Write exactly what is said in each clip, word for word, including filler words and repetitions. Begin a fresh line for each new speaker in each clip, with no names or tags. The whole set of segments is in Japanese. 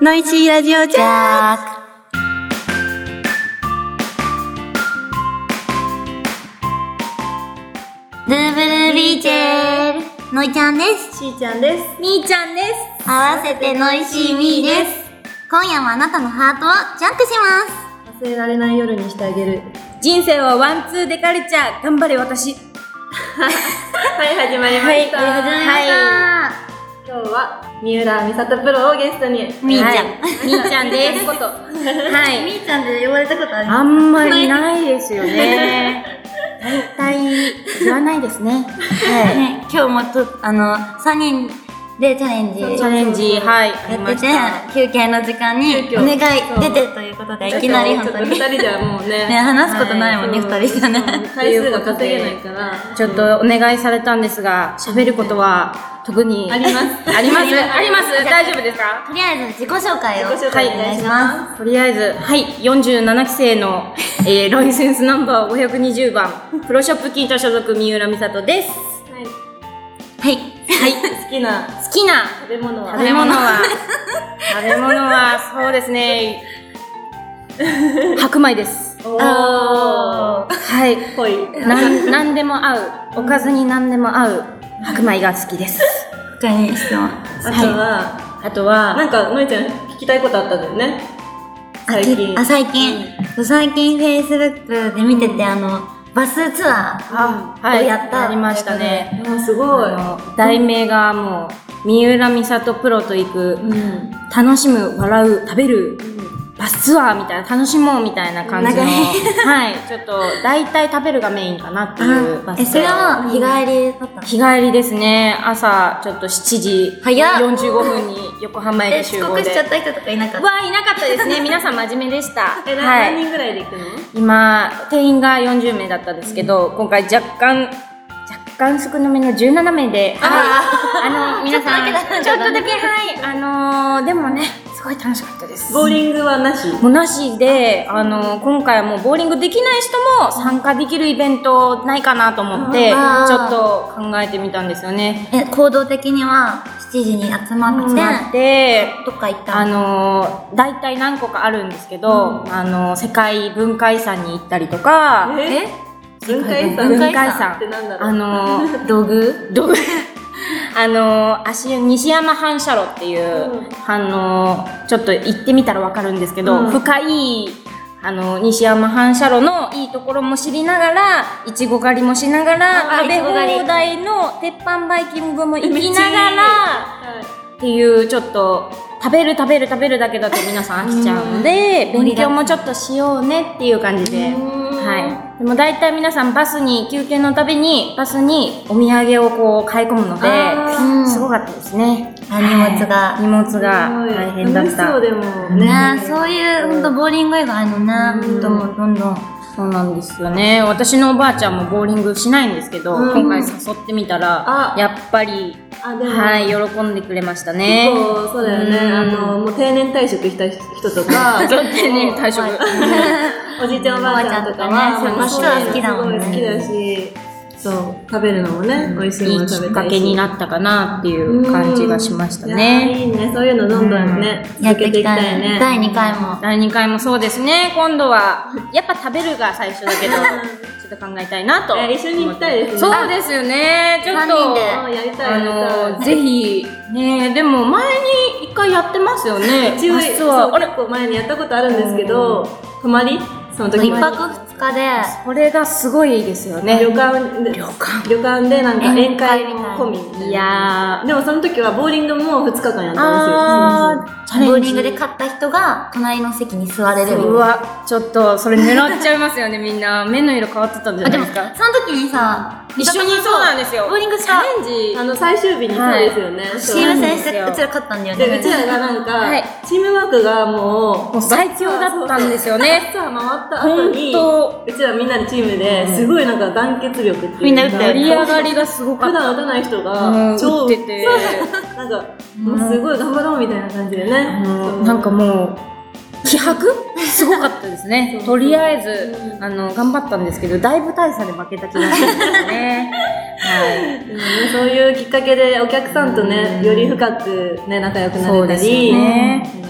ノイシーラジオジャーク。ブーブルービーチェルノイちゃんです。
しーちゃんです。
みーちゃんです。
合わせてノイシーミーです。今夜もあなたのハートをジャンクします。
忘れられない夜にしてあげる。
人生はワンツーでカルチャー、頑張れ私。
はい、始まりました。
はい、始まりました。
はい、今日は三浦美里プロをゲストに。
みーちゃん。
はい、みーちゃんです。こと。はい。
みーちゃんって呼ばれたことありますか？
あんまりないですよね。大体言わないですね。はい。
ね、今日もと、あの、さんにんでチャレンジ。
チャレンジ、はい。
やってて、休憩の時間に、お願い出てということで、いきなり本当に。
ふたりではもうね。
ね、話すことないもんね、ふたりじゃね。
回数が稼げないから。
ちょっとお願いされたんですが、喋ることは特に。
あります。
ありますあります大丈夫ですか？
とりあえず自己紹介を。
自己紹介お願いします。
とりあえず、はい、よんじゅうななきせいの、えー、ライセンスナンバーごひゃくにじゅうばん、プロショップキント所属三浦美里です。
はい。
はい。
好きな、
好きな
食べ物は
食べ物は、食べ物は、そうですね、白米です。
おー。
はい。
濃い。
なん、なんでも合う。おかずになんでも合う白米が好きです。
他に質問。
あとは、
あとは、
なんか、のいちゃん聞きたいことあったんだよね。最近。
あ、最近。最近、Facebook で見てて、あの、バスツアーをやった。
やりましたね。
すごい。
題名がもう、三浦美里プロと行く、楽しむ、笑う、食べる、バスツアーみたいな、楽しもうみたいな感じの、はい、ちょっと、大体食べるがメインかなっていうバス
え、それは日帰りだったの？
日帰りですね。朝、ちょっとしちじよんじゅうごふんに横浜駅集合で。
遅刻しちゃった人とかいなかった？
わ、いなかったですね。皆さん真面目でした。
え、
は
何
い。
人ぐらいで行くの？
今、定員がよんじゅうめいだったんですけど、今回若干、若干少なめのじゅうななめいで、あの、皆さん、ちょっとだけ、はい、あのー、でもね、すごい楽しかったです。
ボーリングはなし？
もうなしで、あのー、今回はもうボーリングできない人も参加できるイベントないかなと思って、ちょっと考えてみたんですよね。
え、行動的にはしちじに集まって、
で、
どっか行った
あのー、大体何個かあるんですけど、うん、あのー、世界文化遺産に行ったりとか、
え文化遺産
文化遺産
ってなんだろう？
あのー、
道具
道具あのー、足、西山反射炉っていう、うん、あのー、ちょっと行ってみたらわかるんですけど、うん、深い、あのー、西山反射炉のいいところも知りながら、いちご狩りもしながら、食べ放題の鉄板バイキングも行きながら、っていう、ちょっと、食べる食べる食べるだけだと皆さん飽きちゃうので、勉強もちょっとしようねっていう感じで、はい。でも大体皆さんバスに、休憩のたびにバスにお土産をこう買い込むので、すごかったですね。
荷物が。
荷物が大変だった。
そうでも
ね。そういう、ほんとボーリング以外のね、ほんともうどんどん。
そうなんですよね。私のおばあちゃんもボーリングしないんですけど、今回誘ってみたら、やっぱり、はい、喜んでくれましたね。
結構、そうだよね。あの、もう定年退職した人とか、
定年退職。
おじいちゃんおばあちゃんとかは、
マスは好きだもんね。
好きだし、そう、食べるのもね、美味しいもの食べたいし。
いいきっかけになったかなっていう感じがしましたね。
いいね、そういうのどんどんね、続けていきたいね。
だいにかいも。
だいにかいもそうですね。今度は、やっぱ食べるが最初だけど、ちょっと考えたいなと。
一緒に行きたいですね。
そうですよね。ちょっと、
やりたい。
あの、ぜひ、ね、でも前に一回やってますよね。
一応、結構前にやったことあるんですけど、泊まりその時
一泊二日で、
それがすごいですよね。
旅館で、旅館旅館でなんか宴会込み。
いやー。
でもその時はボーリングもふつかかんやったんですよ。
ボーリングで勝った人が隣の席に座れる。
うわ、ちょっとそれ狙っちゃいますよね、みんな。目の色変わってたんじゃないですか。
その時にさ、
一緒にそうなんですよ。
ボーリングした。
チャレンジ。
あの、最終日にそうですよね。
チーム戦して、うちら勝ったんだよね。
で、うちらがなんか、チームワークがもう、
もう最強だったんですよね。
さあ回った後に、うちらみんなでチームで、すごいなんか団結力っていうか、
みんな打って
盛り上がりがすごかった。
普段打たない人が、
超打ってて、
なんか、もうすごい頑張ろうみたいな感じでね。
なんかもう、気迫すごかったですね。とりあえず、あの、頑張ったんですけど、だいぶ大差で負けた気がするんですね。はい。
でもね、そういうきっかけでお客さんとね、より深くね、仲良くなれたり、
そうですね。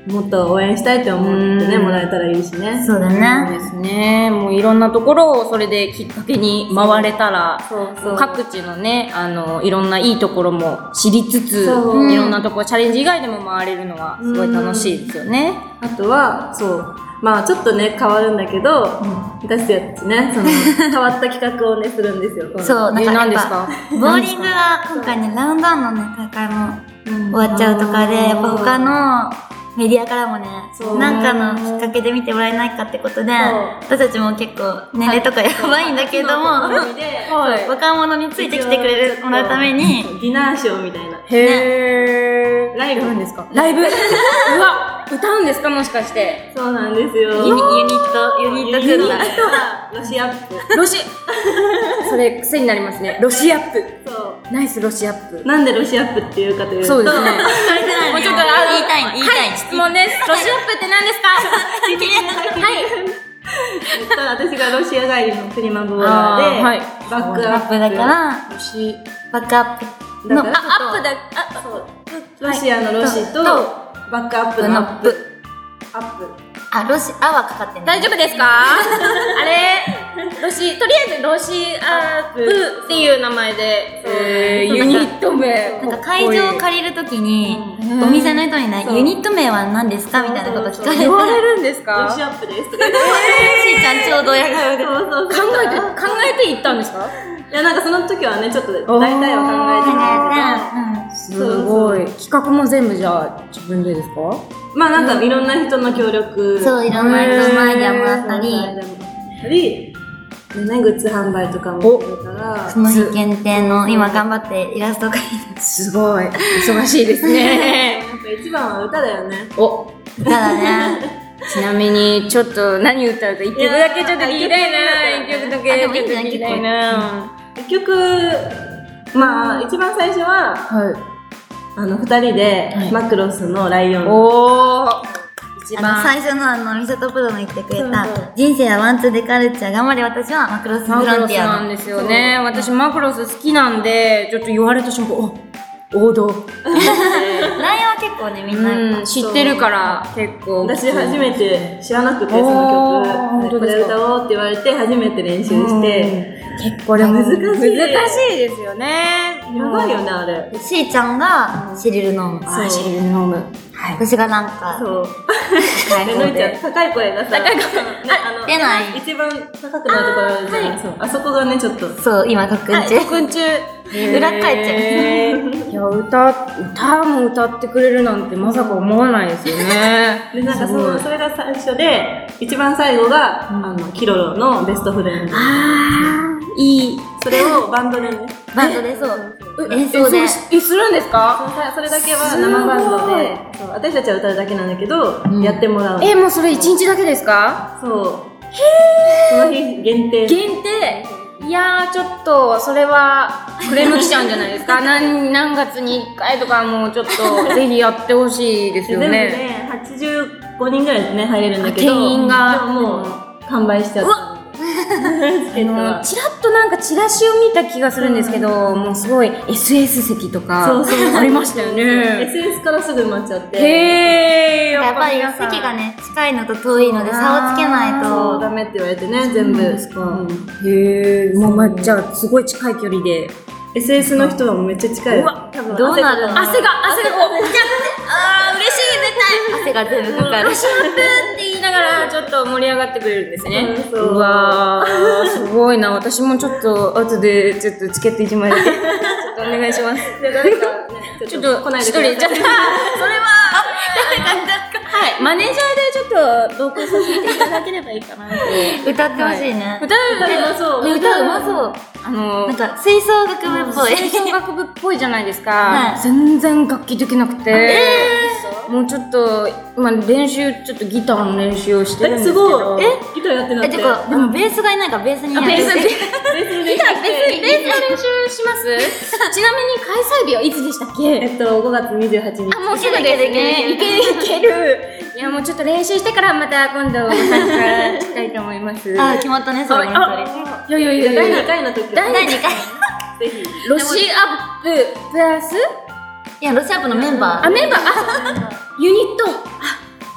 もっと応援したいって思ってね、もらえたらいいしね。
そうだ
そう
ね。
ですね。もういろんなところをそれできっかけに回れたら、
そうそう。
各地のね、あの、いろんないいところも知りつつ、い
そう
ろんなところ、チャレンジ以外でも回れるのはすごい楽しいですよね。
あとは、そう。まあちょっとね、変わるんだけど、私たちね、その、変わった企画をね、するんですよ。
そう、なん
え
か
何ですか
やっぱ、ボーリングが今回ね、ラウンドワンのね、大会も終わっちゃうとかで、やっぱ他のメディアからもね、
そう
なんかのきっかけで見てもらえないかってことで、私たちも結構年齢とかやばいんだけども、
はい
若者についてきてくれるもらうために、
ディナーショーみたいな。
へー。
ライブ
なんですかライブうわ歌うんですかもしかして。
そうなんですよ。
ユニユニット、ユニット組んだ。
ロシアップ。
ロシ、それ癖になりますね。ロシアップ。
そ
ナイスロシアップ。
う。なんでロシアップっていうかというと、
そうですね。
聞かれてない
もうちょっとあの
言いたいの、言いたい
はい、質問です。ロシアップって何ですかはい。
えっと私がロシア帰りのプリマボーラーで、
あーはい
バックアップ
アップだから、
ロシ、
バックアップの、
だから
あ、アップだ、あ、
そうロシアのロシと、
と
バックアップのアップ。アップ。
あ、ロシ、あはかかってん
大丈夫ですかあれロシ、とりあえずロシアップっていう名前で、えー、ユニット名。
なんか会場を借りるときに、
うん
お店の人にね、
そう
ユニット名は何ですかみたいなこと聞かれて、
言われるんです
ロ
か
シアップです。
しーちゃんちょうどやがる。
そうそう
考
そう。
えて、考えていったんですか
いや、なんかその時はね、ちょっと大体は考えてたんだ
すごい。企画も全部じゃあ自分でですか
けど、まあなんかいろんな人の協力。
そう、いろんな人のアイデアもらったり、
アイデアもらったり、でね、グッズ販売とかもするから、
その日限定の、今頑張ってイラスト描いて
すごい。忙しいですね。
やっぱ一番は歌だよね。
お、
ただね、
ちなみに、ちょっと何歌うか一曲だけちょっと聞きたいな。一曲だけ
あでもいいんじゃない
聞きたいな。
結局、まあ一番最初は、
はい。
あの、二人で
はい
マクロスのライオン。
おー。一
あの、
番。
最初のあの、ミサトプロの言ってくれた
そうそう、
人生はワンツーでカルチャー、頑張れ私はマクロスフ
マクロス
ロンティアの。
なんですよね。私マクロス好きなんで、ちょっと言われた瞬間、お、王道。
ライオンは結構ね、みんなやっ
うん、知ってるから、結構。
私初めて知らなくて、そ
おー
の曲。これ
本当ですか
歌おうって言われて、初めて練習して。
結構でも
難しい
難しいですよね。
やばいよね、あれ。
しーちゃんがシリルノーム。
あー、シリルノーム。はい。
私がなんか、
そう。
高い
で、
方で。
のいちゃん、高い声がさ、
高い声
ね、あの、
出ない
一番高くなるところあるじゃん。そう。あそこがね、ちょっと。
そう、今特訓中。
特訓中。
裏返っちゃう
う。いや、歌、歌も歌ってくれるなんてまさか思わないですよね。
で、なんかそ
すごい
の、それが最初で、一番最後が、あの、キロロのベストフレンド。
あー、いい。
それをバンドでね、
バンドでそう。演
え
奏で。
そうえ、するんですか
それだけは生バンドで、そう私たちは歌うだけなんだけど、やってもらうの。
え、もうそれ一日だけですか
そう。その日限定。
限定いやー、ちょっと、それは、クレーム来ちゃうんじゃないですか何、何月にいっかいとかもうちょっと、ぜひやってほしいです
全部
よね。
ね、はちじゅうごにんぐらいでね、入れるんだけど、
定員が
でももう、完売しちゃった。チケットは。
ちらっとなんかチラシを見た気がするんですけど、もうすごい エスエス 席とか
そうそう
ありましたよね。
エスエス からすぐ埋まっちゃって。
へー、
やっぱり
皆さん
席がね、近いのと遠いので差をつけない
そう、
と。
ダメって言われてね、全部。
そうですか
うん
へー、もうま、じゃあすごい近い距離で。
エスエス の人はもうめっちゃ近い。
うわ
多分
どうなるの
汗が、汗がこう、あー、嬉しい、絶対
汗が全部かかる。
ロシアップって言いながらちょっと盛り上がってくれるんですね。
うんそう
うわー、すごいな。私もちょっと後でちょっとチケットいちまいだけちょっとお願いします。
で誰かね、
ちょっと
来ない
一
でください。
人ちょっとそれははいマネージャーでちょっと同行させていただければいいかなって
歌ってほしいね。
歌う
歌うまそう
ね歌うまそう。
あの
なんか吹奏楽部っぽい。
吹奏楽部っぽいじゃないですか、
はい
全然楽器できなくて、もうちょっと今練習ちょっとギターの練習をしてるん
え、
ですけど
すごい。え、ギターやってな
え、
って。
てか、でもベースがいないからベースにやる
ベースで
ベースの練習
ギターベースベースの練習しますちなみに開催日はいつでしたっけ
えっと、ごがつにじゅうはちにち。
あ、もうすぐですね。いけるいける。いや、もうちょっと練習してからまた今度参加したいと思います。
あ、決まったね、それも
あ
一人。
いやいやいやいや
だいにかいの時は
第
だいにかい。
ぜひ。
ロシアッププラス
いや、ロシアップのメンバー。
あ、メンバー、あ、ユニット。あ、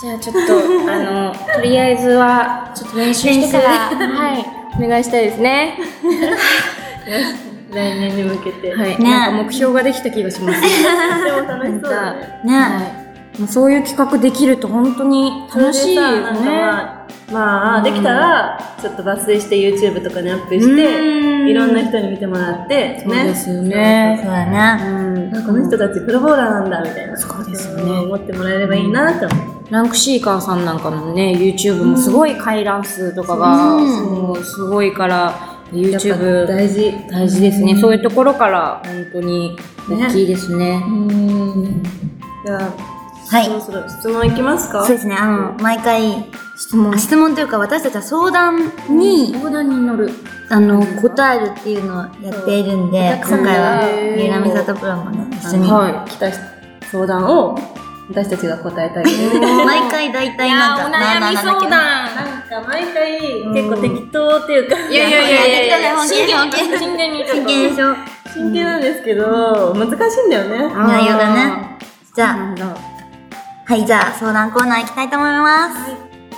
じゃあちょっと、あの、とりあえずは、ちょっと練習してから、はい、お願いしたいですね。
来年に向けて。
はい。なんか目標ができた気がします。
でも楽しそうだね。
ね。そういう企画できると本当に楽しいよね。
まあ、できたら、ちょっと抜粋して YouTube とかにアップして、いろんな人に見てもらって、
そうですよね。
そうだね。
この人たちプロボーラーなんだ、みたいな。
そうですよね。
思ってもらえればいいなと思う。
ランクシーカーさんなんかのね、YouTube もすごい回覧数とかが、すごいから、YouTube
大事。
大事ですね。そういうところから、本当に大きいですね。
じゃあ、
はい。
そろそろ質問いきますか？
そうですね。あの、毎回、質問。質問というか、私たちは相談に、
相談に乗る。
あの、答えるっていうのをやっているんで、今回は、三浦美里プロもね、一緒に。
はい。来た相談を、私たちが答えたい。
毎回大体なんか、
お悩み相談。
なんか毎回、結構適当っていうか。
いやいやいやいや
真剣、
真剣、真剣に。
真剣でしょ。
真剣なんですけど、難しいんだよね。
内容がね。じゃあ、はい、じゃあ相談コーナー行きたいと思います。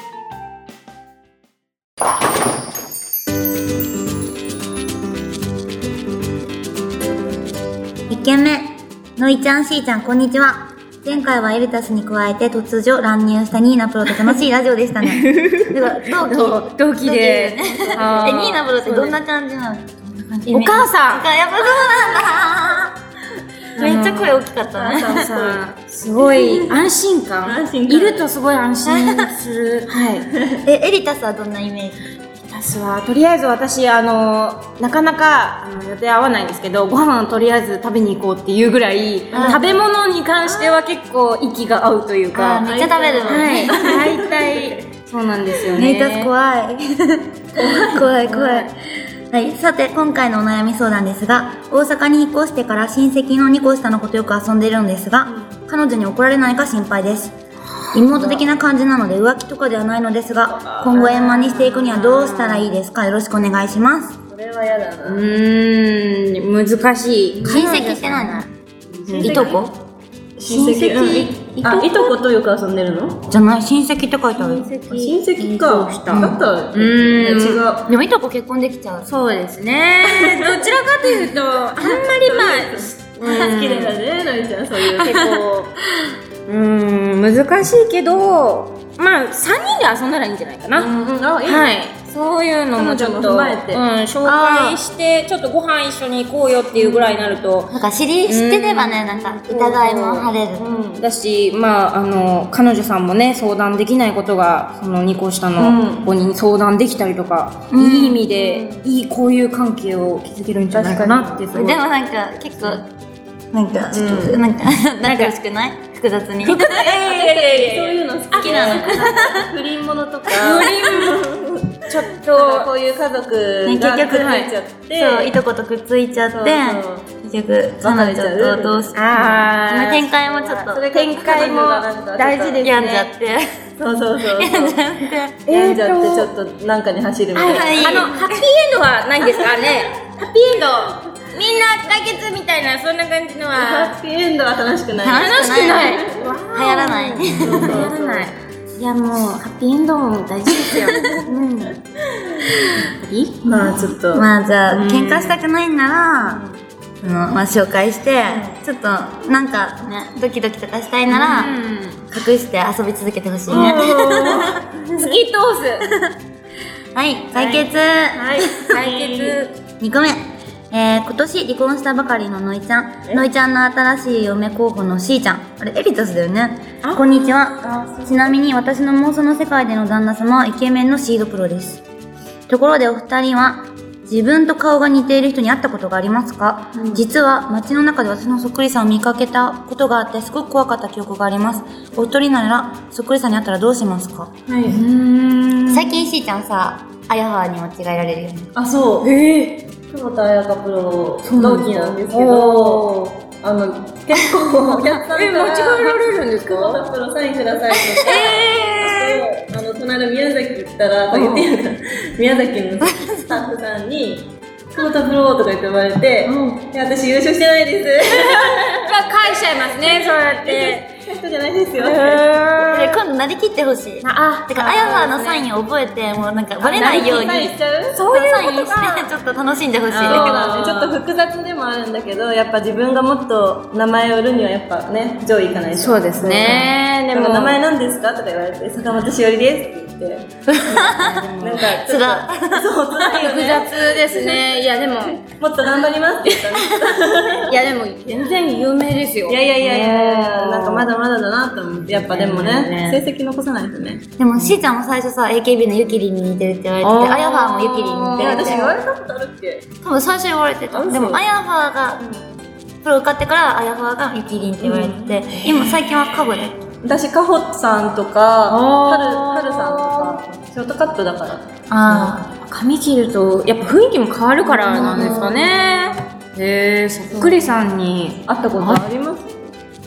いっけんめ、のいちゃん、しーちゃん、こんにちは。前回はエルタスに加えて突如乱入したニーナプロと楽しいラジオでしたね。では同期
同期で。
え、ニーナプロってどんな感じなの？
お母さん。
やっぱそうなんだ。めっちゃ声大きかったね。
すごい安心感。
安心感
いるとすごい安心する。はい。
え、エリタスはどんなイメージ？
エリタスはとりあえず私あのなかなかあの予定合わないんですけど、ご飯をとりあえず食べに行こうっていうぐらい、食べ物に関しては結構息が合うというか。
めっちゃ食べるもんね。
はい。大体そうなんですよね。
エリタス怖い。怖い怖い。はい。さて、今回のお悩み相談ですが、大阪に引っ越してから親戚のにこ下の子とよく遊んでいるんですが、彼女に怒られないか心配です。妹的な感じなので浮気とかではないのですが、今後円満にしていくにはどうしたらいいですか？よろしくお願いします。
これは嫌だな。
うーん、難しい。
親戚って何？いとこ？
親戚、あ、いとことよく遊んでるの？
じゃない、親戚って書いてある。
親戚か。だったら、
うん、違う。
でもいとこ結婚できちゃう。
そうですね。どちらかというと、あんまりまあ、
好きだよね、のりちゃん、そういう。
結構、うーん、難しいけど、まあ、さんにんで遊んだらいいんじゃないかな。
うんうん、あ、いいね。
はい。そういうのもちょっと、うん、紹介して、ちょっとご飯一緒に行こうよっていうぐらいになると。
なんか知り、知ってればね、なんか疑いも晴れる。
うん、だし、まあ、あの、彼女さんもね、相談できないことが、そのにこ下の子に相談できたりとか、うん、いい意味で、いい交友関係を築けるんじゃないかなって。で
もなんか、結構、なんか、うん、なんか、仲良しくない？複雑に。
複雑いやいやいや、そういうの好きなの。不倫ものとか。
不倫もの。ちょっと、
こういう家族がくっついちゃって、
そう、いとことくっついちゃって、結局、彼女とどうし、あー、展開もちょっと、
展開も大事ですね。
病んじゃって。
そうそうそう。
病んじゃって。
病んじゃって、ちょっとなんかに走るみたいな。
あの、ハッピーエンドはないんですかね？ハッピーエンド。みんな解決みたいな、そんな感じのは。
ハッピーエンドは楽しくない。
楽しくない。
流行らない。
流行らない。いやもう、ハッピーエンドも大事ですよ。うん。いい？
まあちょっと。
まあじゃあ、喧嘩したくないなら、あの、まあ紹介して、ちょっと、なんかね、ドキドキとかしたいなら、隠して遊び続けてほしいね。
突き通す。
はい、解決。
はい、解決。
にこめ。えー、今年離婚したばかりののいちゃん。のいちゃんの新しい嫁候補のしーちゃん。あれ、エリタスだよね。こんにちは。ちなみに私の妄想の世界での旦那様はイケメンのシードプロです。ところでお二人は、自分と顔が似ている人に会ったことがありますか？うん、実は街の中で私のそっくりさんを見かけたことがあってすごく怖かった記憶があります。お一人ならそっくりさんに会ったらどうしますか？はい。うーん。最近しーちゃんさ、あやはに間違えられるよね。
あ、そう。えー久保田彩香プロ同期なんですけど、あの結構お客さんから
え間違えられるんですか？
久保田プロサインくださいとか、えー、あの隣宮崎行ったらとか言ってやる宮崎のスタッフさんに久保田プロとか言って呼ばれて、うん、いや私優勝してないです。
返しちゃいますね、そうやって。
な人じゃないですよ。
で今度なりきってほしい。
あ、
てか、あやはのサインを覚えて、もうなんかバレないように、
サインしちゃう？
そういうサインしてちょっと楽しんでほしい。
そうだね。ちょっと複雑でもあるんだけど、やっぱ自分がもっと名前を売るにはやっぱね、上位いかないと。
そうですね。
でも名前なんですかとか言われて、坂本しおりですって言って。なんか、
つら。
そう、つらいよ
複
ね。
雑ですね。いや、でも、
もっと頑張りますって言ったね。
いや、でも、全然有名ですよ。
いやいやいやいや、なんかまだまだだなと思って、やっぱでもね、成績残さないとね。
でも、しーちゃんも最初さ、エーケービー のゆきりんに似てるって言われてて、あやはもゆきりんに似てるって。
私言われたことあるっけ？
多分最初言われてた。でも、あやはが、プロ受かってから、あやはがゆきりんって言われてて、今、最近はカゴで。
私、かほさんとか、はる、はるさんとか、ショートカットだから。
ああ、髪切ると、やっぱ雰囲気も変わるからなんですかね。へえ、そっくりさんに
会ったことあります？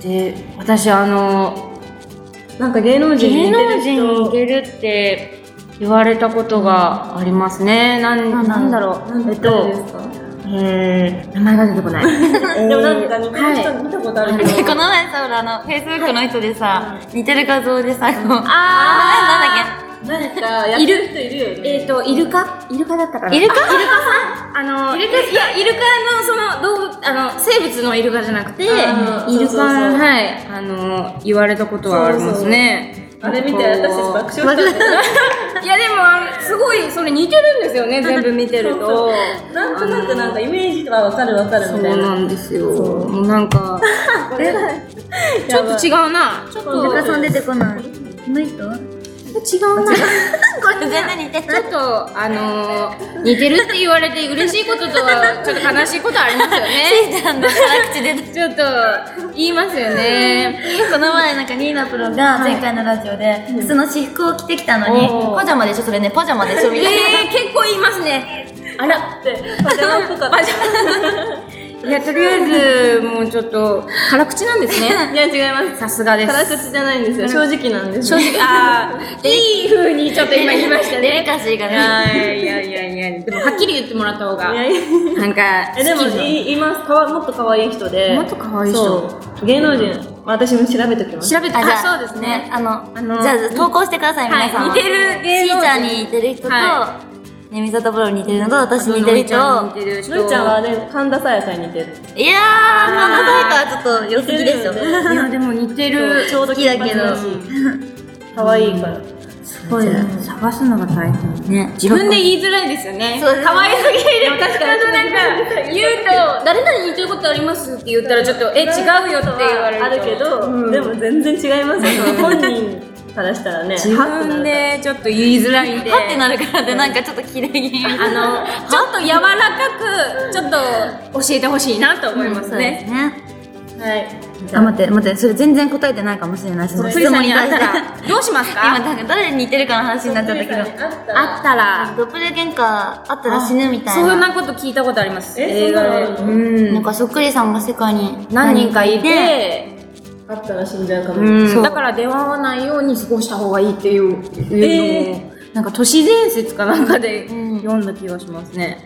で、私あの、
なんか芸能人に似
芸
てる
能人に似てるって言われたことがありますね。なん、なんだろう。えっと、えー、名前が出てこない。
でもなんか似てる人見たことあるけど。
この前さ、俺あの、フェイスブックの人でさ、似てる画像でさ、あの、
あー、
なんだっけ
なんか、やってる人いるよね。
えっ、ー、と、イルカイルカだったかな
イルカ
イルカさんあの、イルカ、いや、イルカのその、動物、あの、生物のイルカじゃなくて、イルカ、
そうそうそう
はい、あの、言われたことはありますね。
あれ見て私たち爆笑したんだけど。
いや、でも、あのすごい、それ似てるんですよね、全部見てると。
なんとなくなんかイメージはわかるわかるみたいな。
そうなんですよ。もうなんか、ちょっと違うな。ちょっと、
イルカさん出てこない。この人
違うな。
これ全然似て
ちょっと、あのー、似てるって言われて嬉しいこととは、ちょっと悲しいことありますよね。
しーちゃんの辛口で。
ちょっと、言いますよね。
この前なんかニーナプロが前回のラジオで、普通の私服を着てきたのに、
おー
パジャマでしょそれね、パジャマでしょみたいな。
えー、結構言いますね。あら。
って、パジャマっぽかった。
いや、とりあえず、もうちょっと、辛口なんですね。
いや、違います。
さすがです。
辛口じゃないんですよ。正直なんです。
正直、あー、いい風にちょっと今言いました
デリ
ね。
カシーが
いや
ね。
いやいやいや、でもはっきり言ってもらった方が、
いやいや
なんか、
え、でも、
好き
いいます。かわもっと可愛い人で。
もっと可愛い人
そう。芸能人、私も調べときます。
調べて、
あ、じゃあ、
そうですね。
あの、
あの
じゃあ、投稿してください、皆さん。
はい似てる芸能人
しーちゃんに似てる人と、
は
ねみさとプロに似てるのと、私に似てる人。
似てる人。
のいちゃんはあれ、神田沙也加に似てる。
いやー、神田沙也加はちょっと良すぎでしょ。
いや、でも似てる。
ちょうど
好きだけど
可愛いから。
すごい探すのが大変。
ね。
自分で言いづらいですよね。
そうです
可愛すぎる。
でも確かに
ちょっとなんか、言うと、誰々に似てることありますって言ったらちょっと、え、違うよって言われると。
あるけど、
うん
でも全然違いますよ。その本人からしたらね。
自分でちょっと言いづらいんで。
はってなるからで、なんかちょっと綺麗に。
あの、ちょっと柔らかく、ちょっと教えてほしいなと思います
そうです
ね。
ね。
はい。
あ、待って、待って、それ全然答えてないかもしれない。その質
プリさん
問に対して。
に会ったら、どうしますか
今、なんか誰に似てるかの話になっちゃったけど。
あった
あったら、
ドップルゲンカーあったら死ぬみたいな。
そんなこと聞いたことあります。
え
映画で。
そんなのあるの
うん。
なんかそっくりさんが世界に
何人かいて、
あったら死んじゃうかも。
うん、
そう
だから出会わないように過ごした方がいいっていういうのも、
え
なんか都市伝説かなんかで
うん
読んだ気がしますね。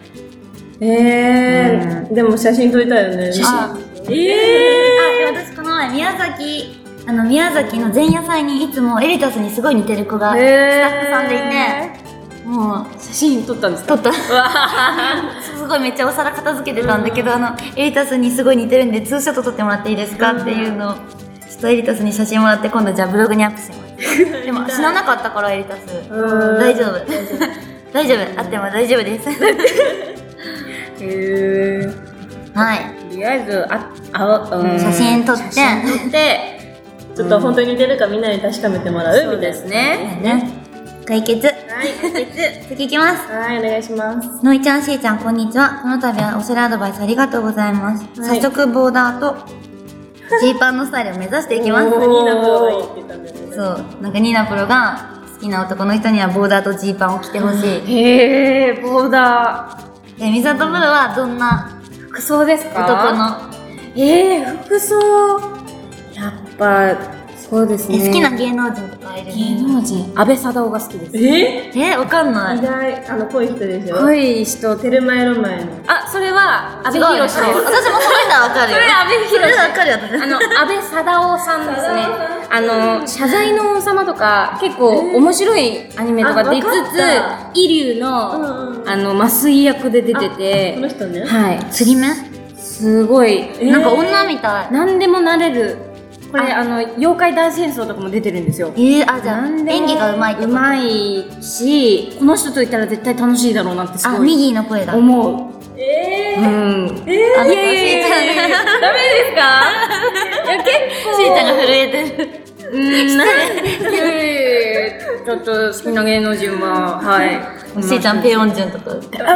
えー、でも写真撮りたいよね。
あ、
えー、
あ、で私この前宮崎、あの宮崎の前夜祭にいつもエリタスにすごい似てる子がスタッフさんでいて、もう
写真撮ったんですか？
撮った。すごいめっちゃお皿片付けてたんだけど、あのエリタスにすごい似てるんでツーショット撮ってもらっていいですかっていうのをちょっとエリタスに写真もらって今度じゃあブログにアップします。でも死ななかったからエリタス
うん
大丈夫大丈夫あっても大丈夫です。
へー。
はい、
とりあえず、あ、あ、うん
写真撮って
写真撮って、
ちょっと本当に似てるかみんなに確かめてもらうみたいな。
そうですね。
ね、解決。
はい、解決。
次いきます。
はい、お願いします。
のいちゃん、しーちゃん、こんにちは。この度はおしゃれアドバイスありがとうございます。
はい
早速、ボーダーとジーパンのスタイルを目指していきます。
ニーナプロがいいって言ったんだよね。
そう、なんかニーナプロが好きな男の人にはボーダーとジーパンを着てほしい。
へー、ボーダ
で、ミサトプロはどんな
ー。服装ですか？
男の
えー、服装。やっぱ、 そうですね。
え、好きな芸能人とかいる？
芸能人、安倍貞夫が好きです。
え
え、わかんない。
意外、あの、濃い人でしょ？
濃い人。
テルマエロマエの。
あ、それは、安倍博です。
私もそれはわかるよ。
それ安倍博
それはわかるよ、私。
あの、安倍貞夫さんですね。あの、謝罪の王様とか、結構面白いアニメとか出つつ、イリュウの、あの、麻酔役で出てて、
この人ね。
はい。
釣り目？
すごい、
なんか女みたい。
何でもなれる。これ、あの、妖怪大戦争とかも出てるんですよ。
えー、あ、じゃあ、演技がうまいってこと？
うまいし、この人といったら絶対楽しいだろうなってすごい。
あ、ミギーの声だ。
思う。
えー。
うん。
えー。
あ、
いやいやいやいや、ダメですか？いや、結構。
しーちゃんが震えてる。
うーん、なんで、ちょっと好きな芸能人は、はい。
しーちゃん、ペヨンジュンとか。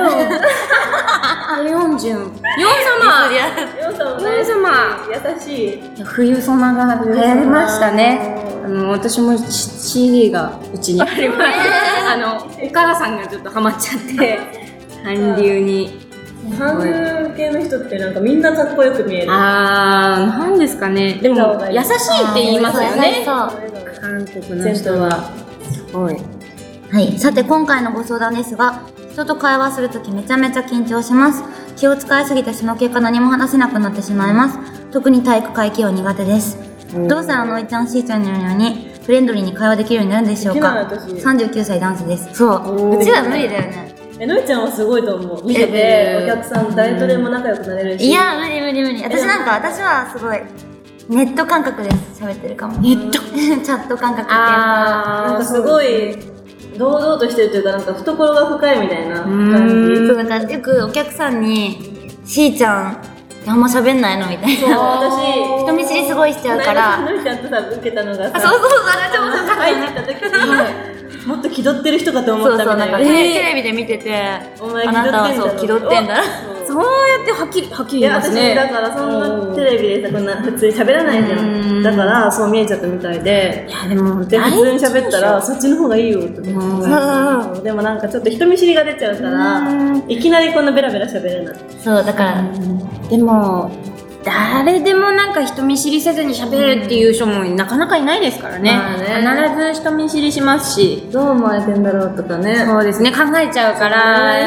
ペヨンジュン。ヨン様。
ヨン様
ヨン様。
優しい。
冬ソナが流行りましたね。あの、私も シーディー がうちにあります。あの、お母さんがちょっとハマっちゃって、韓流に。
韓流系の人ってなんかみんなかっこよく見える。
あー、なんですかね。でも、優しいって言いますよね。韓国の人は。すごい。
はい。さて、今回のご相談ですが、人と会話するときめちゃめちゃ緊張します。気を使いすぎてその結果何も話せなくなってしまいます。特に体育会系は苦手です。どうしたらのいちゃん、しーちゃんのようにフレンドリーに会話できるようになるんでしょうか？さんじゅうきゅうさい男性です。そう。うちは無理だよね。
え、のいちゃんはすごいと思う。見てて、お客さん誰とでも仲良くなれるし。
いや、無理無理無理。私なんか、私はすごい、ネット感覚で喋ってるかも。ネットチャット感覚っていうか、
なんかすごい、堂々としてるというか、なんか懐が深いみたいな感じ。
そう、なんかよくお客さんに、しーちゃんってあんま喋んないのみたいな。
そう、私、
人見知りすごいしちゃうから。
のいちゃんとさ、受けたのがさ、
そうそうそう、あれちょっと
入ってきた時に、もっと気取ってる人かと思ったみたいな。
そうそう、なんかテレビで見てて、
お前
あなたはそう気取ってんだ。
そうやってはっきり、はっきり言いますね。
いや、私だからそんなテレビでさ、こんな普通に喋らないじゃん。だからそう見えちゃったみたいで。
いや、でも、
で、普通に喋ったら、そっちの方がいいよって思って。でもなんかちょっと人見知りが出ちゃうから、いきなりこんなベラベラ喋れない。
そう、だから。
でも、誰でもなんか人見知りせずに喋るっていう人もなかなかいないですからね。まあね、必ず人見知りしますし。
どう思われてんだろうとかね。
そうですね、考えちゃうから、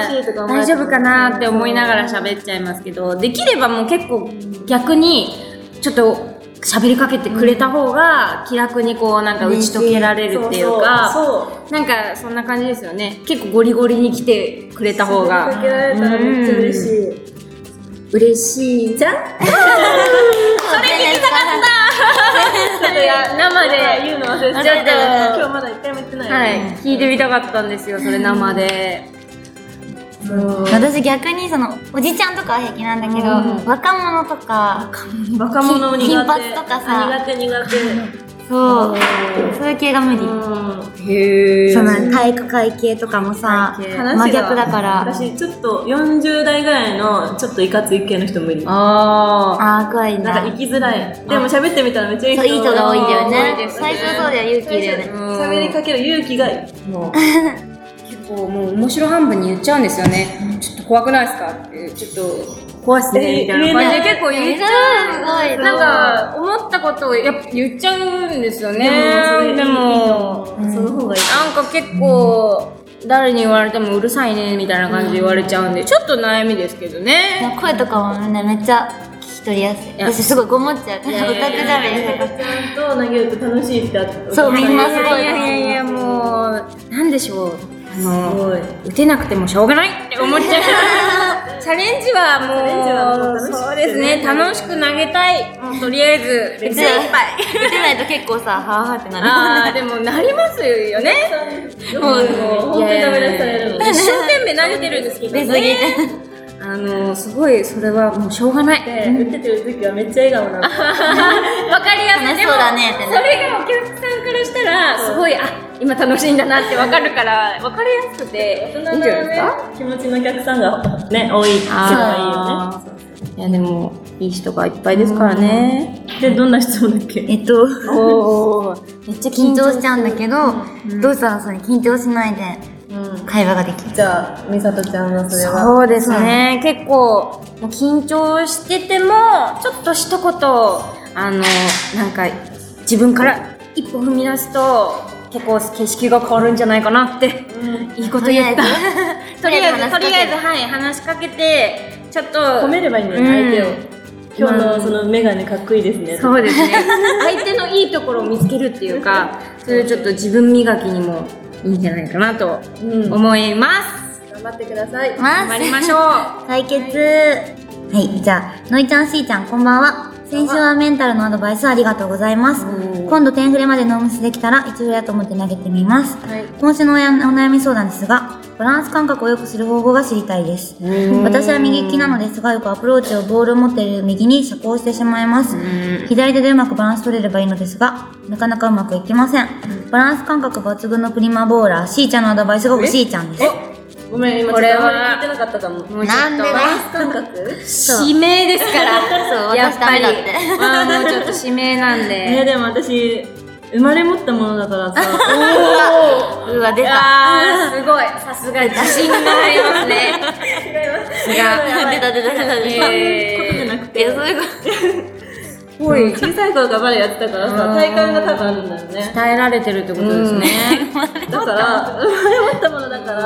大丈夫かなって思いながら喋っちゃいますけど、できればもう結構逆に、ちょっと喋りかけてくれた方が気楽にこうなんか打ち解けられるっていうか、なんかそんな感じですよね。結構ゴリゴリに来てくれた方が。
喋りかけられたらめっちゃ嬉しい。
嬉しいじゃんそれ聞きたかったちょっとや生で
言うの忘れちゃった今日まだ一回も言ってない、
はい、聞いてみたかったんですよ、それ生で。
私逆にそのおじちゃんとかは平気なんだけど、若者とか
若者苦手、
金髪とかさ、
苦手苦手、
そう、そういう系が無理。
へー。
その体育会系とかもさ、真逆だから。
私ちょっとよんじゅう代ぐらいのちょっといかつい系の人無理。
あー。
あー、怖いんだ。
なんか生きづらい。でも喋ってみたらめっちゃいい人。
そう、いい人が多いんだよね。最初そうだよ、勇気だよね。
喋りかける勇気がもう。
結構もう面白半分に言っちゃうんですよね。ちょっと怖くないですかって、ちょっと。怖いっすねみたいな感じで結構言っちゃう。なんか思ったことをやっぱ言っちゃうんですよね。でも
その方がいい。
なんか結構誰に言われてもうるさいねみたいな感じで言われちゃうんで、ちょっと悩みですけどね。
声とかもね、めっちゃ聞き取りやすい。私すごいごもっちゃうから、オタクじゃべりとか。
ちゃんと投げると楽しいってあって。
そう、みんなすごい。
いやいやいや、もうなんでしょう。あの打てなくてもしょうがないって思っちゃう。チャレンジはもう、そうですね、楽しく投げたい。もうとりあえず、
打てないと結構さ、はぁはぁってなる。
あー、でもなりますよね。
もう、本当にダメ出しされるの。
一生懸命投げてるんですけどね。あの、すごい、それはもうしょうがない。
で、打ててる時はめっちゃ笑顔なの。
わかりやすい。
そうだねって
それがお客さんからしたら、すごい、あ、今楽しいんだなってわかるから、わかりやすくて、いいんじゃないですか？
気持ちのお客さんがね、多いっていうのがいいよね。
いや、でも、いい人がいっぱいですからね。
で、どんな質問だっけ？
えっと、
おー、
めっちゃ緊張しちゃうんだけど、どうしたらそれ緊張しないで会話ができる？
じゃあ、みさとちゃんはそれは？
そうですね、結構、もう緊張してても、ちょっと一言、あの、なんか、自分から一歩踏み出すと結構景色が変わるんじゃないかなって、うん、いいこと言ったとりあえずとりあえずはい話しかけてちょっと
褒めればいいんだよね、相手を。今日のそのメガネかっこいいですね。
そうですね。相手のいいところを見つけるっていうか、それちょっと自分磨きにもいいんじゃないかなと思います。
うん、頑張ってください。
頑張りましょう。
解決。はい、じゃあのいちゃん、しーちゃん、こんばんは。先週はメンタルのアドバイスありがとうございます。今度点フレまでノーミスできたらいちフレだと思って投げてみます。はい、今週のお悩み相談ですが、バランス感覚を良くする方法が知りたいです。私は右利きなのですが、よくアプローチをボールを持っている右に斜行してしまいます。左手でうまくバランス取れればいいのですが、なかなかうまくいきません。バランス感覚抜群のプリマボーラー、しーちゃんのアドバイスが欲しいちゃんです。
ごめん、今ちょっとあんまり聞いてなかったかも。
なんでね。
バランス感覚
指名ですから。
そう、私ダメだって。
あー、もうちょっと指名なんで。
えー、でも私、生まれ持ったものだからさ。
おー、うわ、出た。
あー、すごい。さすが自信がありますね。
違います。
出た出た出た出た。
えー、ことじゃなくて。
いや、そういうこと。
小さい頃からバレエやってたからさ、体幹が多分あるんだよね。
鍛えられてるってことですね。
だから、生まれ持ったものだから、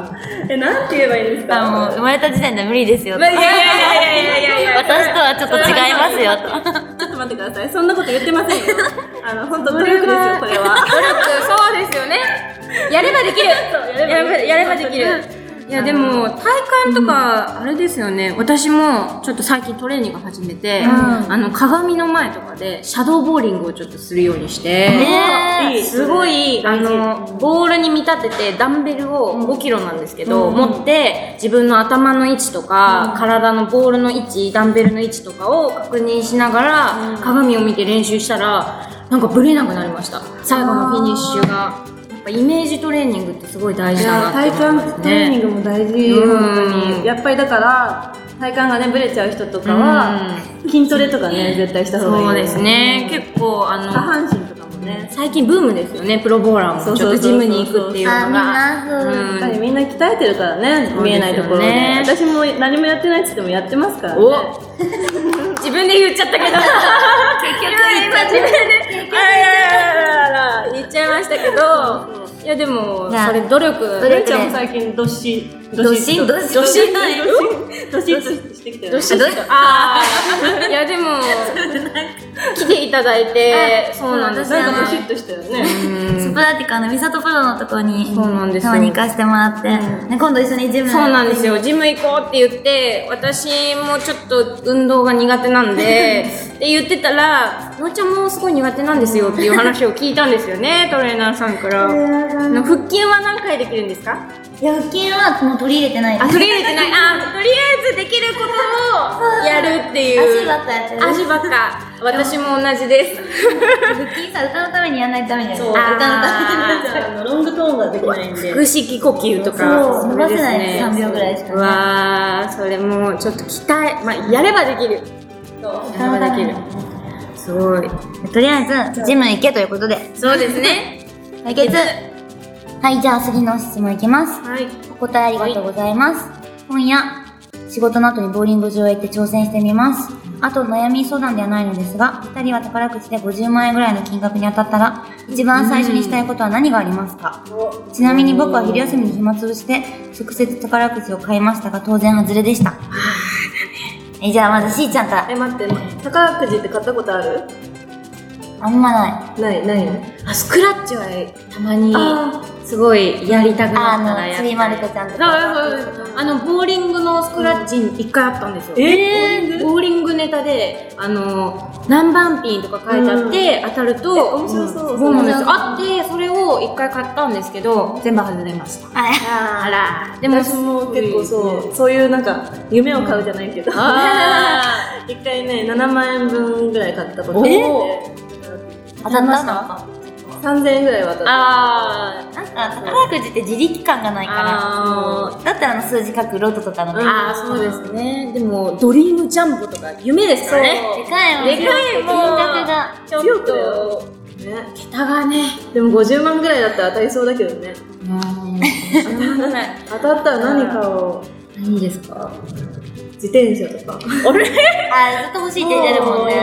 え、なんて言えばいいんですか？
もう、生まれた時点で無理ですよ。
いやいやいやいやいやいや
私とはちょっと違いますよ、と。
ちょっと待ってください。そんなこと言ってませんよ。あの、本当努力ですよ、これは。
努力、そうですよね。やればできる。やれば、やればできる。いやでも体幹とかあれですよね、私もちょっと最近トレーニング始めて、あの鏡の前とかでシャドーボーリングをちょっとするようにして、すごいあのボールに見立ててダンベルをごキロなんですけど持って自分の頭の位置とか体のボールの位置、ダンベルの位置とかを確認しながら鏡を見て練習したらなんかブレなくなりました。最後のフィニッシュがイメージトレーニングってすごい大事だなって思いますね。
体幹トレーニングも大事、本当に。やっぱりだから体幹がねブレちゃう人とかは筋トレとかね絶対した方がいい。
そうですね。結構あの
下半身とかもね
最近ブームですよね。プロボーラーもちょっとジムに行くっていうのが。
やっぱりみんな鍛えてるからね、見えないところで。私も何もやってないって言ってもやってますからね。
自分で言っちゃったけど結局今自分で言っちゃいましたけど、いやでもそれ努力。
努力ちゃんも最近どっし
どっしんどっしん
どっしんどっしんとしてきたよね。
ああいやでも来ていただいて、そうなんです。
なんかどしっとしたよね。
スプラティカのミサトプロのところに
そうなんですよ
たまに行かせてもらって、今度一緒にジム。
そうなんですよ。ジム行こうって言って、私もちょっと運動が苦手なんでって言ってたら、のーちゃんもすごい苦手なんですよっていう話を聞いたんですよね、トレーナーさんから。腹筋は何回できるんですか？
いや、腹筋はもう取り入れてないです。
あ、取り入れてない。あ、とりあえずできることをやるっていう。
足ばっかやってる。
足ばっか。私も同じです。
腹筋さ、歌のためにやらないとダメじゃない。そう、歌のために。
ロングトーンができないんで。
腹式呼吸とか。
そう、伸ばせないです。さんびょうぐらいしかね。
うわー、それもちょっと期待。まあ、やればできる。そう、やればできる。すごい。
とりあえず、ジム行けということで。
そうですね。
解決。はい、じゃあ次の質問いきます。
はい。
お答えありがとうございます。今夜、仕事の後にボーリング場へ行って挑戦してみます。あと悩み相談ではないのですが、二人は宝くじでごじゅうまんえんぐらいの金額に当たったら、一番最初にしたいことは何がありますか？ちなみに僕は昼休みに暇つぶして、直接宝くじを買いましたが、当然外れでした。あー、だね。え、じゃあまずしーちゃんから。
え、待って、宝くじって買ったことある？
あんまない。
ない、ないの？
あ、スクラッチはたまに、すごいやりたくなったらや
あの、ちびまる子ちゃんとか。
あの、ボーリングのスクラッチ一回あったんですよ。
えー、
ボーリングネタで、あの、何番ピンとか書いてあって、当たると、
面白そう。
そうなんです。あって、それを一回買ったんですけど、全部外れました。
あ
ら、
でも私も結構そう、そういうなんか、夢を買うじゃないけど、一回ね、ななまんえんぶんぐらい買ったことあって、
当たったの？
さんぜんえんぐらいは当たった。
あ
ー、なんか宝くじって自力感がないから、だったらあの数字書くロトとかのね。
あー、そうですね。でも、ドリームジャンボとか夢ですからね。
でかいもん。
でかいもん。
金額が。
ちょっと、ね、桁がね。
でもごじゅうまんぐらいだったら当たりそうだけどね。
うん。
当たったら何買おう。
何ですか？
自転車とか。
あれあ、ずっと欲しいって言ってるもんね。
本当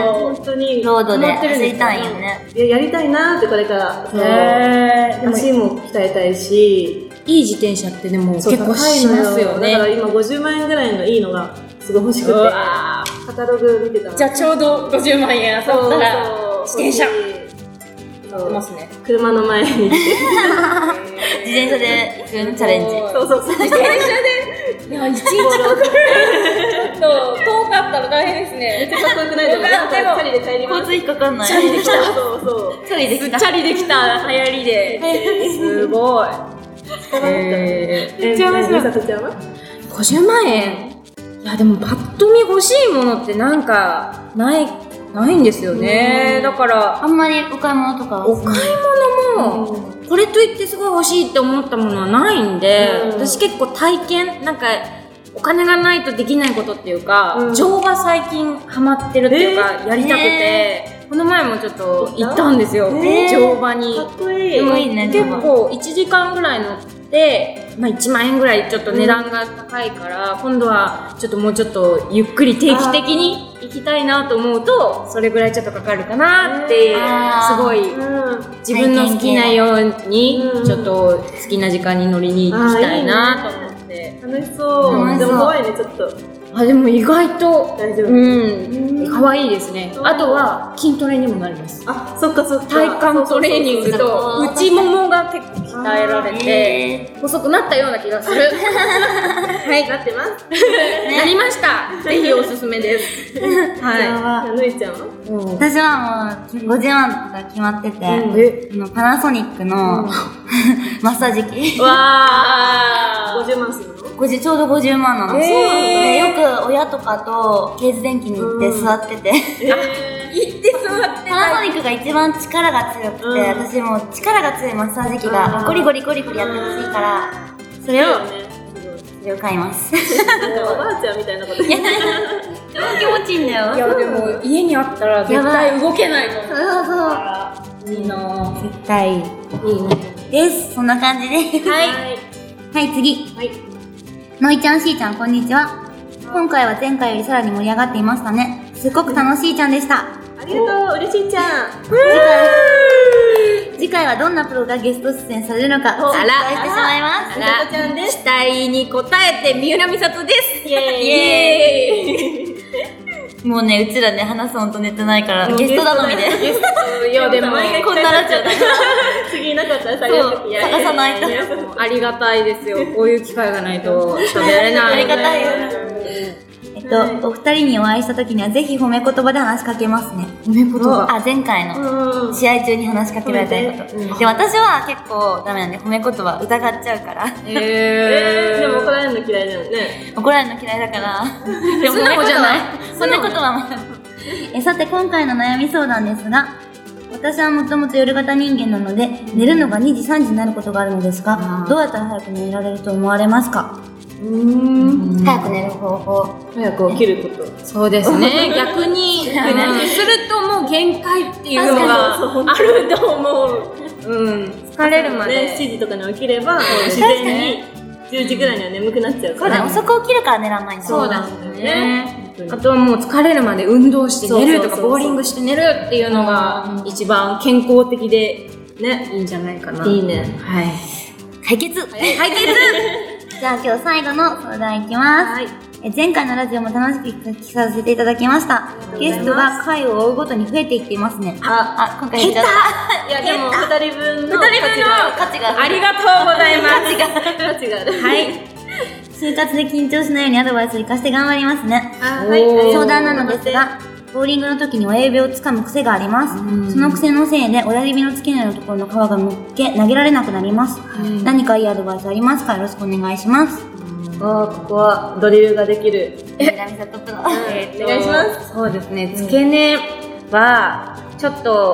当に
ロードで
思ってるんです
走りたいよね。
いや、やりたいなーってこれから。そう
へー。でも
足も鍛えたいし、
いい自転車ってでも
そう
結構しますよね。
だから今ごじゅうまんえんぐらいのいいのがすごい欲しくて、
うわ
カタログ見てたの。
じゃあちょうどごじゅうまんえん当たったら自転車
そう
乗ってますね。
車の前に行って。
自転車で行くチャレンジ。
そうそうそう。
自転車で、いや、一日かかる。ちょっと、遠かったら大変です
めっ
ね。
ちゃかっこよくないですか？
でも
チャリで帰ります。
交通費かかんない。
チャリで来た。
そうそう。
チャリできた。
チャリできた流行りで。すごい。えー、
めっちゃ面白い。さとちゃんは？
ごじゅうまんえん。いや、でもパッと見欲しいものってなんか、ない、ないんですよね。だから、
あんまりお買い物とかは
お買い物も、これといってすごい欲しいって思ったものはないんで、
うん
私結構体験、なんか、お金がないとできないことっていうか、
うん
乗馬最近ハマってるっていうか、やりたくて、
え
この前もちょっと行ったんですよ、
えー
乗馬に。
かっこいい。
でもいいね
結構いちじかんぐらい乗って、まあいちまんえんぐらいちょっと値段が高いから、今度はちょっともうちょっとゆっくり定期的に行きたいなと思うと、それぐらいちょっとかかるかなって、
あー
すごい
うん。
自分の好きなように
うん
ちょっと好きな時間に乗りに行きたいなと思って。
楽しそう。
楽しそう
でも怖いね、ちょっと。
あ、でも意外と、
大丈夫。
うん、可愛いですね。
うん
あとは筋トレにもなります。
あ、そっかそっか。
体幹トレーニング
そう
と
そうそう
内ももが結構鍛えられて、
え
細くなったような気がする。はい、
なってます。
なりました。ぜひおすすめです。は
ぬいちゃんは？
い。うん
私はもうごじゅうまんが決まってて、
うん
え
あのパナソニックの、マッサージ機。
わ
ごじゅうまんするの？
ごじゅうちょうどごじゅうまんなの。
えー
でよく親とかとケース電機に行って座ってて、
え
行って座って
パナソニックが一番力が強くて、
うん
私もう力が強いマッサージ機が
うん
ゴリゴリゴリゴリやってほしいから、それを、
ね。
それを買います。
なんかおばあちゃんみたいなこと言って。
超気持ちいいんだよ。
いやでも家にあったら絶対動けないと
そう
思う。
そう
いいなぁ。
絶対いいです。そんな感じで。
はい。
はい、次。
はい。
のいちゃん、しーちゃん、こんにちは。今回は前回よりさらに盛り上がっていましたね。すっごく楽しいちゃんでした。
ありがとう、嬉しいちゃん。
次回、次回はどんなプロがゲスト出演されるのか、
お
期待してしまいます。
あら、
ちゃんです。
期待に応えて三浦美里です。
イエーイ。
イエーイ。
もうね、うちらね、話すほんとネタないから、ゲスト頼みで。
ゲストいやでも
毎回
こんなラジオだから。
次いなかったら最
そう
悪。
探さないと
ややや
ありがたいですよ。こういう機会がないと喋れない。
ありがたいよえっと、お二人にお会いした時にはぜひ褒め言葉で話しかけますね。
褒め言葉。
あ、前回の。
うん。
試合中に話しかけられたいこと。
うん
で、私は結構ダメなんで、褒め言葉疑っちゃうから。
えー、でも怒
こ
られるの嫌いだよね。
怒られるの嫌いだから。でも
素直じゃない
そんなことはまだ。え、さて今回の悩み相談ですが、私はもともと夜型人間なので、寝るのがにじさんじになることがあるのですが、どうやったら早く寝られると思われますか？
うーん。
早く寝る方法。
早く起きること。
そうですね。逆に、うんするともう限界っていうのが
確かに
あると思う。うん。疲れるま
ね、
で。
しちじとかに起きれば、自然にじゅうじぐらいには眠くなっちゃうから。
そうだね、遅く起きるから寝らんないんだ。
そうだ
ね
ね。あとはもう疲れるまで運動して寝るとか、
そうそうそうそう
ボーリングして寝るっていうのが一番健康的でね、いいんじゃないかな。
いいね。
はい。
解決
解決
じゃあ今日最後の相談いきます。
はい。
え前回のラジオも楽しく聞かせていただきました。ゲストが回を追うごとに増えていっていますね。
あ、
あ、今回言っちゃった。
いやでも二人分の
二人分の
価値がある。
ありがとうございます。
価値がある。
はい。
就活で緊張しないようにアドバイスを生かして頑張りますね。
あ、
おー
はい。
相談なのですが、ボーリングの時に親指を掴む癖があります。その癖のせいで親指の付け根のところの皮がむっけ投げられなくなります。何かいいアドバイスありますか？よろしくお願いします。
あ、ここはドリルができる。
え、ラミサトップの。
えーと
お願いします。
そうですね。付け根は、ちょっと、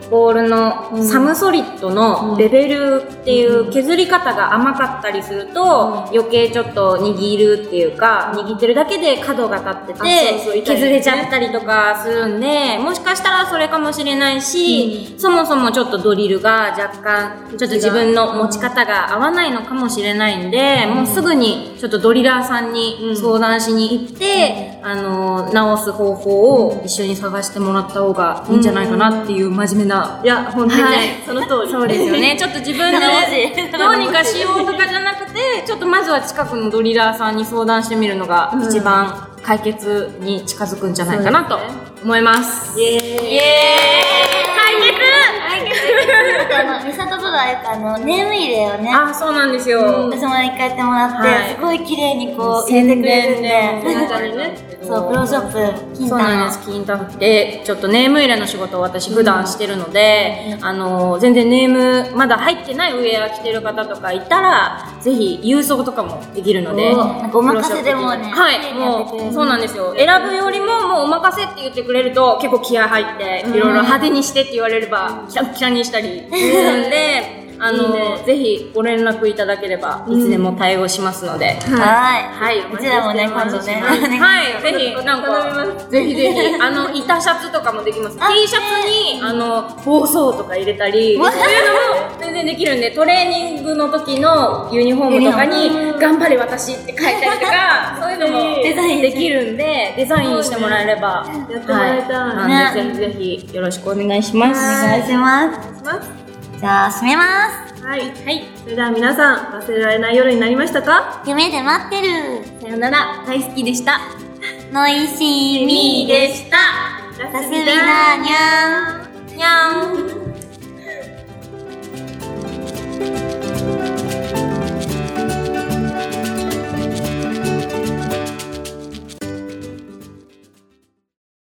ボールのサムソリッドのベベルっていう削り方が甘かったりすると余計ちょっと握るっていうか、握ってるだけで角が立ってて削れちゃったりとかするんで、もしかしたらそれかもしれないし、そもそもちょっとドリルが若干ちょっと自分の持ち方が合わないのかもしれないんで、もうすぐにちょっとドリラーさんに相談しに行って、あの直す方法を一緒に探してもらった方がいいんじゃないかなっていう真面目な、
いや本当にね、
はい、
その通り
そうですよね。ちょっと自分でどうにかしようとかじゃなくて、ちょっとまずは近くのドリラーさんに相談してみるのが一番解決に近づくんじゃないかなと思います。
イエーイ、
イエーイ、解決
解決あの、ミサトとかよくあの、ネーム入れをね。
あ、そうなんですよ。
私も一回やってもらって、
はい、
すごい綺麗にこう、入れてくれるんで。
ね、
そう、プロショップ、
そうなんです。キンタフで、ちょっとネーム入れの仕事を私普段してるので、うん、あの、全然ネーム、まだ入ってないウェア着てる方とかいたら、ぜひ郵送とかもできるので。
なんかお任せでもね。
はい、もう、そうなんですよ。選ぶよりも、もうお任せって言ってくれると、結構気合入って、いろいろ派手にしてって言われれば、キラッキラにしたりするんで、あの、いいね、ぜひご連絡いただければ、いつでも対応しますので。
うん、はい。
はい。
うちらもね、今度ね。
はい。ぜひ、なんか、ぜひぜひ、あの、板シャツとかもできます。T シャツに、あの、暴走とか入れたり、そういうのも全然できるんで、トレーニングの時のユニフォームとかに、頑張れ私って書いたりとか、そういうのもデザインできるんで、デザインしてもらえれば、
やってもらいたい。
なんで、ぜひぜひ、よろしくお願いします。
お願いします。じゃあ、閉めます。
はい。はい。それでは皆さん、忘れられない夜になりましたか？
夢で待ってる。
さよなら、大好きでした。
ノイシーミーでした。
ラ
スビダーニャン。
ニャン。